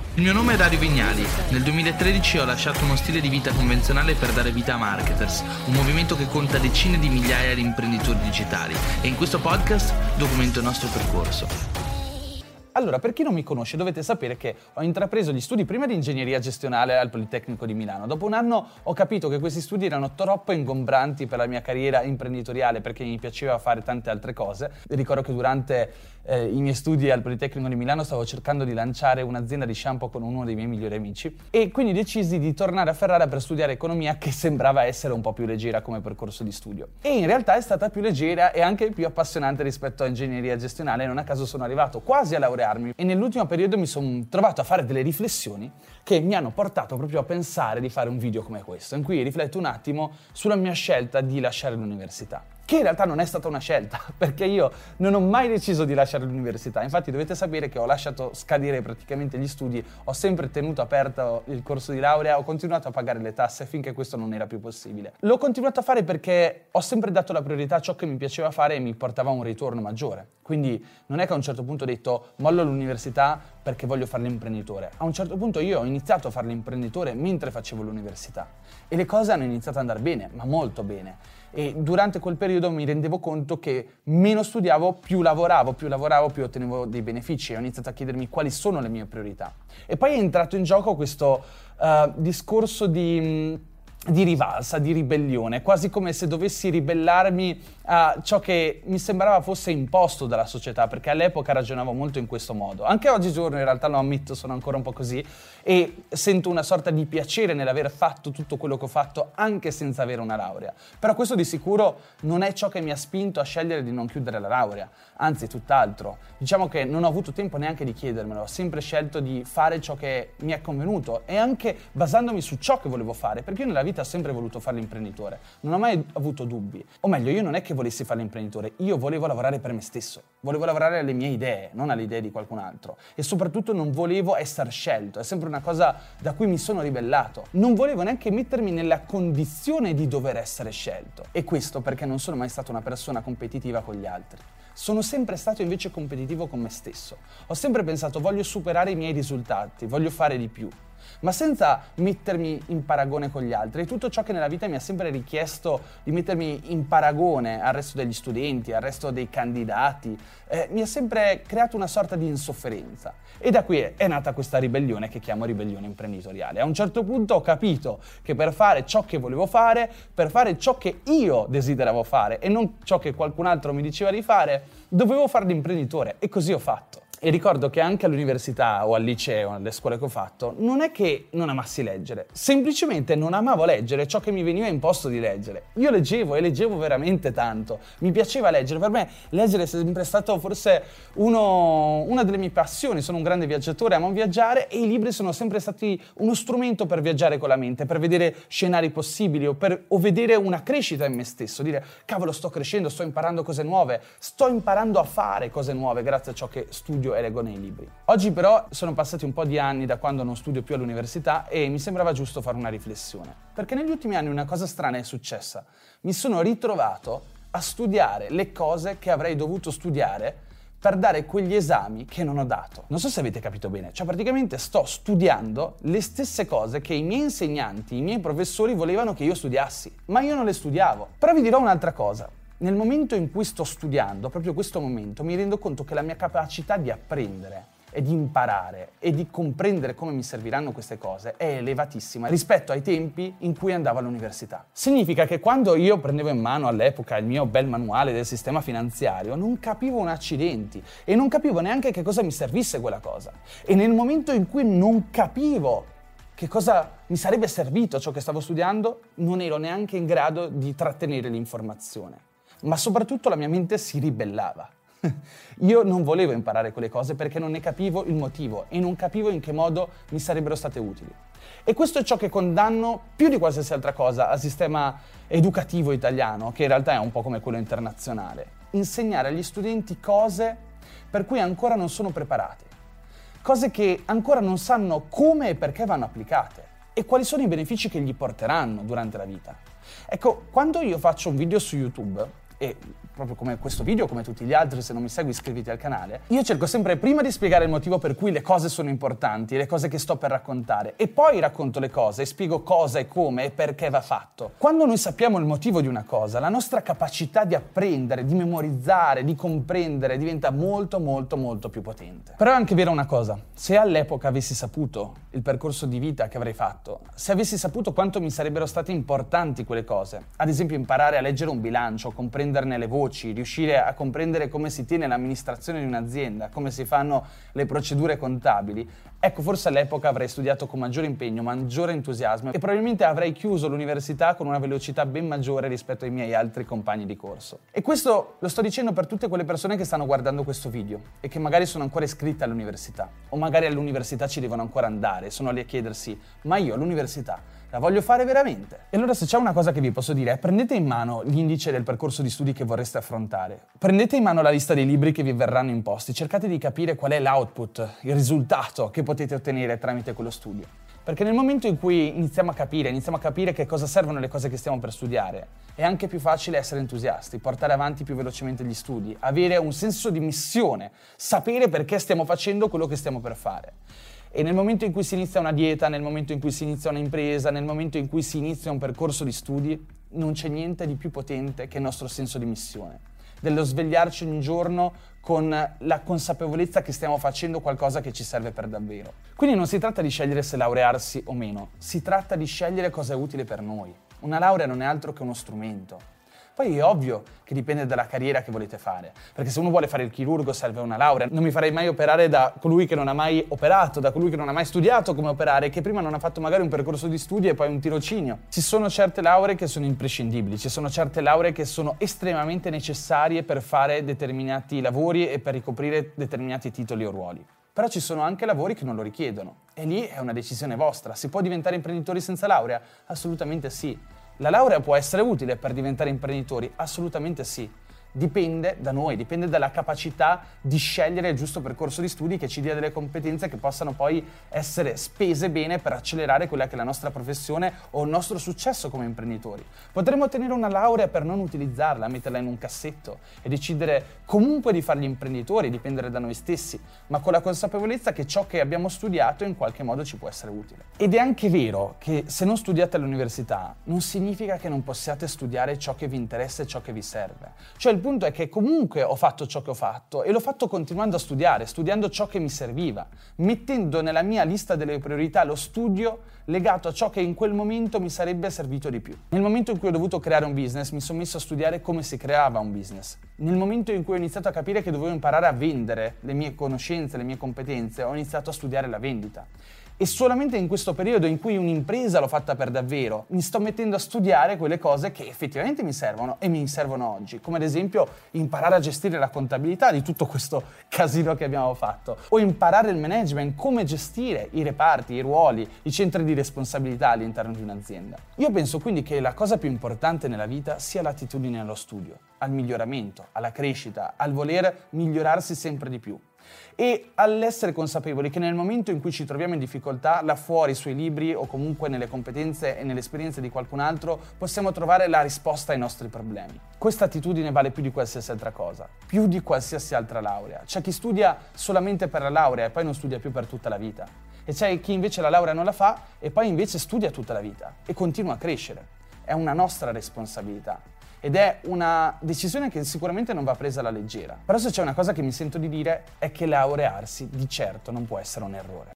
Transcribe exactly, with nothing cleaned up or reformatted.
Il mio nome è Dario Vignali. Nel duemilatredici ho lasciato uno stile di vita convenzionale per dare vita a Marketers, un movimento che conta decine di migliaia di imprenditori digitali, e in questo podcast documento il nostro percorso. Allora, per chi non mi conosce, dovete sapere che ho intrapreso gli studi prima di ingegneria gestionale al Politecnico di Milano. Dopo un anno ho capito che questi studi erano troppo ingombranti per la mia carriera imprenditoriale, perché mi piaceva fare tante altre cose. Ricordo che durante eh, i miei studi al Politecnico di Milano stavo cercando di lanciare un'azienda di shampoo con uno dei miei migliori amici, e quindi decisi di tornare a Ferrara per studiare economia, che sembrava essere un po' più leggera come percorso di studio. E in realtà è stata più leggera e anche più appassionante rispetto a ingegneria gestionale. Non a caso sono arrivato quasi a laurearmi, e nell'ultimo periodo mi sono trovato a fare delle riflessioni che mi hanno portato proprio a pensare di fare un video come questo, in cui rifletto un attimo sulla mia scelta di lasciare l'università. Che in realtà non è stata una scelta, perché io non ho mai deciso di lasciare l'università. Infatti dovete sapere che ho lasciato scadere praticamente gli studi, ho sempre tenuto aperto il corso di laurea, ho continuato a pagare le tasse finché questo non era più possibile. L'ho continuato a fare perché ho sempre dato la priorità a ciò che mi piaceva fare e mi portava a un ritorno maggiore. Quindi non è che a un certo punto ho detto mollo l'università perché voglio fare l'imprenditore. A un certo punto io ho iniziato a fare l'imprenditore mentre facevo l'università e le cose hanno iniziato ad andare bene, ma molto bene. E durante quel periodo mi rendevo conto che meno studiavo, più lavoravo, più lavoravo, più ottenevo dei benefici, e ho iniziato a chiedermi quali sono le mie priorità. E poi è entrato in gioco questo uh, discorso di... di rivalsa, di ribellione, quasi come se dovessi ribellarmi a ciò che mi sembrava fosse imposto dalla società, perché all'epoca ragionavo molto in questo modo. Anche oggigiorno in realtà lo ammetto, sono ancora un po' così, e sento una sorta di piacere nell'aver fatto tutto quello che ho fatto anche senza avere una laurea. Però questo di sicuro non è ciò che mi ha spinto a scegliere di non chiudere la laurea, anzi tutt'altro. Diciamo che non ho avuto tempo neanche di chiedermelo, ho sempre scelto di fare ciò che mi è convenuto, e anche basandomi su ciò che volevo fare, perché io nella vita ho sempre voluto fare l'imprenditore, non ho mai avuto dubbi. O meglio, io non è che volessi fare l'imprenditore, io volevo lavorare per me stesso, volevo lavorare alle mie idee, non alle idee di qualcun altro, e soprattutto non volevo essere scelto. È sempre una cosa da cui mi sono ribellato. Non volevo neanche mettermi nella condizione di dover essere scelto, e questo perché non sono mai stata una persona competitiva con gli altri. Sono sempre stato invece competitivo con me stesso. Ho sempre pensato: voglio superare i miei risultati, voglio fare di più, ma senza mettermi in paragone con gli altri. E tutto ciò che nella vita mi ha sempre richiesto di mettermi in paragone al resto degli studenti, al resto dei candidati, eh, mi ha sempre creato una sorta di insofferenza. E da qui è, è nata questa ribellione che chiamo ribellione imprenditoriale. A un certo punto ho capito che per fare ciò che volevo fare, per fare ciò che io desideravo fare e non ciò che qualcun altro mi diceva di fare, dovevo fare l'imprenditore, e così ho fatto. E ricordo che anche all'università o al liceo, nelle scuole che ho fatto, non è che non amassi leggere, semplicemente non amavo leggere ciò che mi veniva imposto di leggere. Io leggevo e leggevo veramente tanto, mi piaceva leggere, per me leggere è sempre stato forse uno, una delle mie passioni. Sono un grande viaggiatore, amo viaggiare, e i libri sono sempre stati uno strumento per viaggiare con la mente, per vedere scenari possibili o per o vedere una crescita in me stesso, dire cavolo, sto crescendo, sto imparando cose nuove, sto imparando a fare cose nuove grazie a ciò che studio e leggo nei libri. Oggi però sono passati un po' di anni da quando non studio più all'università, e mi sembrava giusto fare una riflessione, perché negli ultimi anni una cosa strana è successa. Mi sono ritrovato a studiare le cose che avrei dovuto studiare per dare quegli esami che non ho dato. Non so se avete capito bene, cioè praticamente sto studiando le stesse cose che i miei insegnanti, i miei professori volevano che io studiassi, ma io non le studiavo. Però vi dirò un'altra cosa. Nel momento in cui sto studiando, proprio questo momento, mi rendo conto che la mia capacità di apprendere e di imparare e di comprendere come mi serviranno queste cose è elevatissima rispetto ai tempi in cui andavo all'università. Significa che quando io prendevo in mano all'epoca il mio bel manuale del sistema finanziario, non capivo un accidenti e non capivo neanche che cosa mi servisse quella cosa. E nel momento in cui non capivo che cosa mi sarebbe servito ciò che stavo studiando, non ero neanche in grado di trattenere l'informazione. Ma soprattutto la mia mente si ribellava. Io non volevo imparare quelle cose perché non ne capivo il motivo e non capivo in che modo mi sarebbero state utili. E questo è ciò che condanno più di qualsiasi altra cosa al sistema educativo italiano, che in realtà è un po' come quello internazionale. Insegnare agli studenti cose per cui ancora non sono preparati, cose che ancora non sanno come e perché vanno applicate e quali sono i benefici che gli porteranno durante la vita. Ecco, quando io faccio un video su YouTube, e proprio come questo video, come tutti gli altri, se non mi segui iscriviti al canale, io cerco sempre prima di spiegare il motivo per cui le cose sono importanti, le cose che sto per raccontare, e poi racconto le cose e spiego cosa e come e perché va fatto. Quando noi sappiamo il motivo di una cosa, la nostra capacità di apprendere, di memorizzare, di comprendere diventa molto molto molto più potente. Però è anche vera una cosa: se all'epoca avessi saputo il percorso di vita che avrei fatto, se avessi saputo quanto mi sarebbero state importanti quelle cose, ad esempio imparare a leggere un bilancio, comprenderne le voci, riuscire a comprendere come si tiene l'amministrazione di un'azienda, come si fanno le procedure contabili, ecco, forse all'epoca avrei studiato con maggiore impegno, maggiore entusiasmo, e probabilmente avrei chiuso l'università con una velocità ben maggiore rispetto ai miei altri compagni di corso. E questo lo sto dicendo per tutte quelle persone che stanno guardando questo video e che magari sono ancora iscritte all'università, o magari all'università ci devono ancora andare, sono lì a chiedersi: ma io all'università la voglio fare veramente? E allora, se c'è una cosa che vi posso dire è: prendete in mano l'indice del percorso di studi che vorreste affrontare, prendete in mano la lista dei libri che vi verranno imposti, cercate di capire qual è l'output, il risultato che potete ottenere tramite quello studio. Perché nel momento in cui iniziamo a capire, iniziamo a capire che cosa servono le cose che stiamo per studiare, è anche più facile essere entusiasti, portare avanti più velocemente gli studi, avere un senso di missione, sapere perché stiamo facendo quello che stiamo per fare. E nel momento in cui si inizia una dieta, nel momento in cui si inizia un'impresa, nel momento in cui si inizia un percorso di studi, non c'è niente di più potente che il nostro senso di missione, dello svegliarci un giorno con la consapevolezza che stiamo facendo qualcosa che ci serve per davvero. Quindi non si tratta di scegliere se laurearsi o meno, si tratta di scegliere cosa è utile per noi. Una laurea non è altro che uno strumento. Poi è ovvio che dipende dalla carriera che volete fare, perché se uno vuole fare il chirurgo serve una laurea. Non mi farei mai operare da colui che non ha mai operato, da colui che non ha mai studiato come operare, che prima non ha fatto magari un percorso di studi e poi un tirocinio. Ci sono certe lauree che sono imprescindibili, ci sono certe lauree che sono estremamente necessarie per fare determinati lavori e per ricoprire determinati titoli o ruoli. Però ci sono anche lavori che non lo richiedono, e lì è una decisione vostra. Si può diventare imprenditori senza laurea? Assolutamente sì. La laurea può essere utile per diventare imprenditori? Assolutamente sì. Dipende da noi, dipende dalla capacità di scegliere il giusto percorso di studi che ci dia delle competenze che possano poi essere spese bene per accelerare quella che è la nostra professione o il nostro successo come imprenditori. Potremmo ottenere una laurea per non utilizzarla, metterla in un cassetto e decidere comunque di fargli imprenditori, dipendere da noi stessi, ma con la consapevolezza che ciò che abbiamo studiato in qualche modo ci può essere utile. Ed è anche vero che se non studiate all'università non significa che non possiate studiare ciò che vi interessa e ciò che vi serve. Cioè, il punto è che comunque ho fatto ciò che ho fatto e l'ho fatto continuando a studiare, studiando ciò che mi serviva, mettendo nella mia lista delle priorità lo studio legato a ciò che in quel momento mi sarebbe servito di più. Nel momento in cui ho dovuto creare un business, mi sono messo a studiare come si creava un business. Nel momento in cui ho iniziato a capire che dovevo imparare a vendere le mie conoscenze, le mie competenze, ho iniziato a studiare la vendita. E solamente in questo periodo in cui un'impresa l'ho fatta per davvero, mi sto mettendo a studiare quelle cose che effettivamente mi servono e mi servono oggi, come ad esempio imparare a gestire la contabilità di tutto questo casino che abbiamo fatto, o imparare il management, come gestire i reparti, i ruoli, i centri di responsabilità all'interno di un'azienda. Io penso quindi che la cosa più importante nella vita sia l'attitudine allo studio, al miglioramento, alla crescita, al voler migliorarsi sempre di più. E all'essere consapevoli che nel momento in cui ci troviamo in difficoltà, là fuori sui libri o comunque nelle competenze e nelle esperienze di qualcun altro, possiamo trovare la risposta ai nostri problemi. Questa attitudine vale più di qualsiasi altra cosa, più di qualsiasi altra laurea. C'è chi studia solamente per la laurea e poi non studia più per tutta la vita. E c'è chi invece la laurea non la fa e poi invece studia tutta la vita e continua a crescere. È una nostra responsabilità. Ed è una decisione che sicuramente non va presa alla leggera. Però se c'è una cosa che mi sento di dire è che laurearsi di certo non può essere un errore.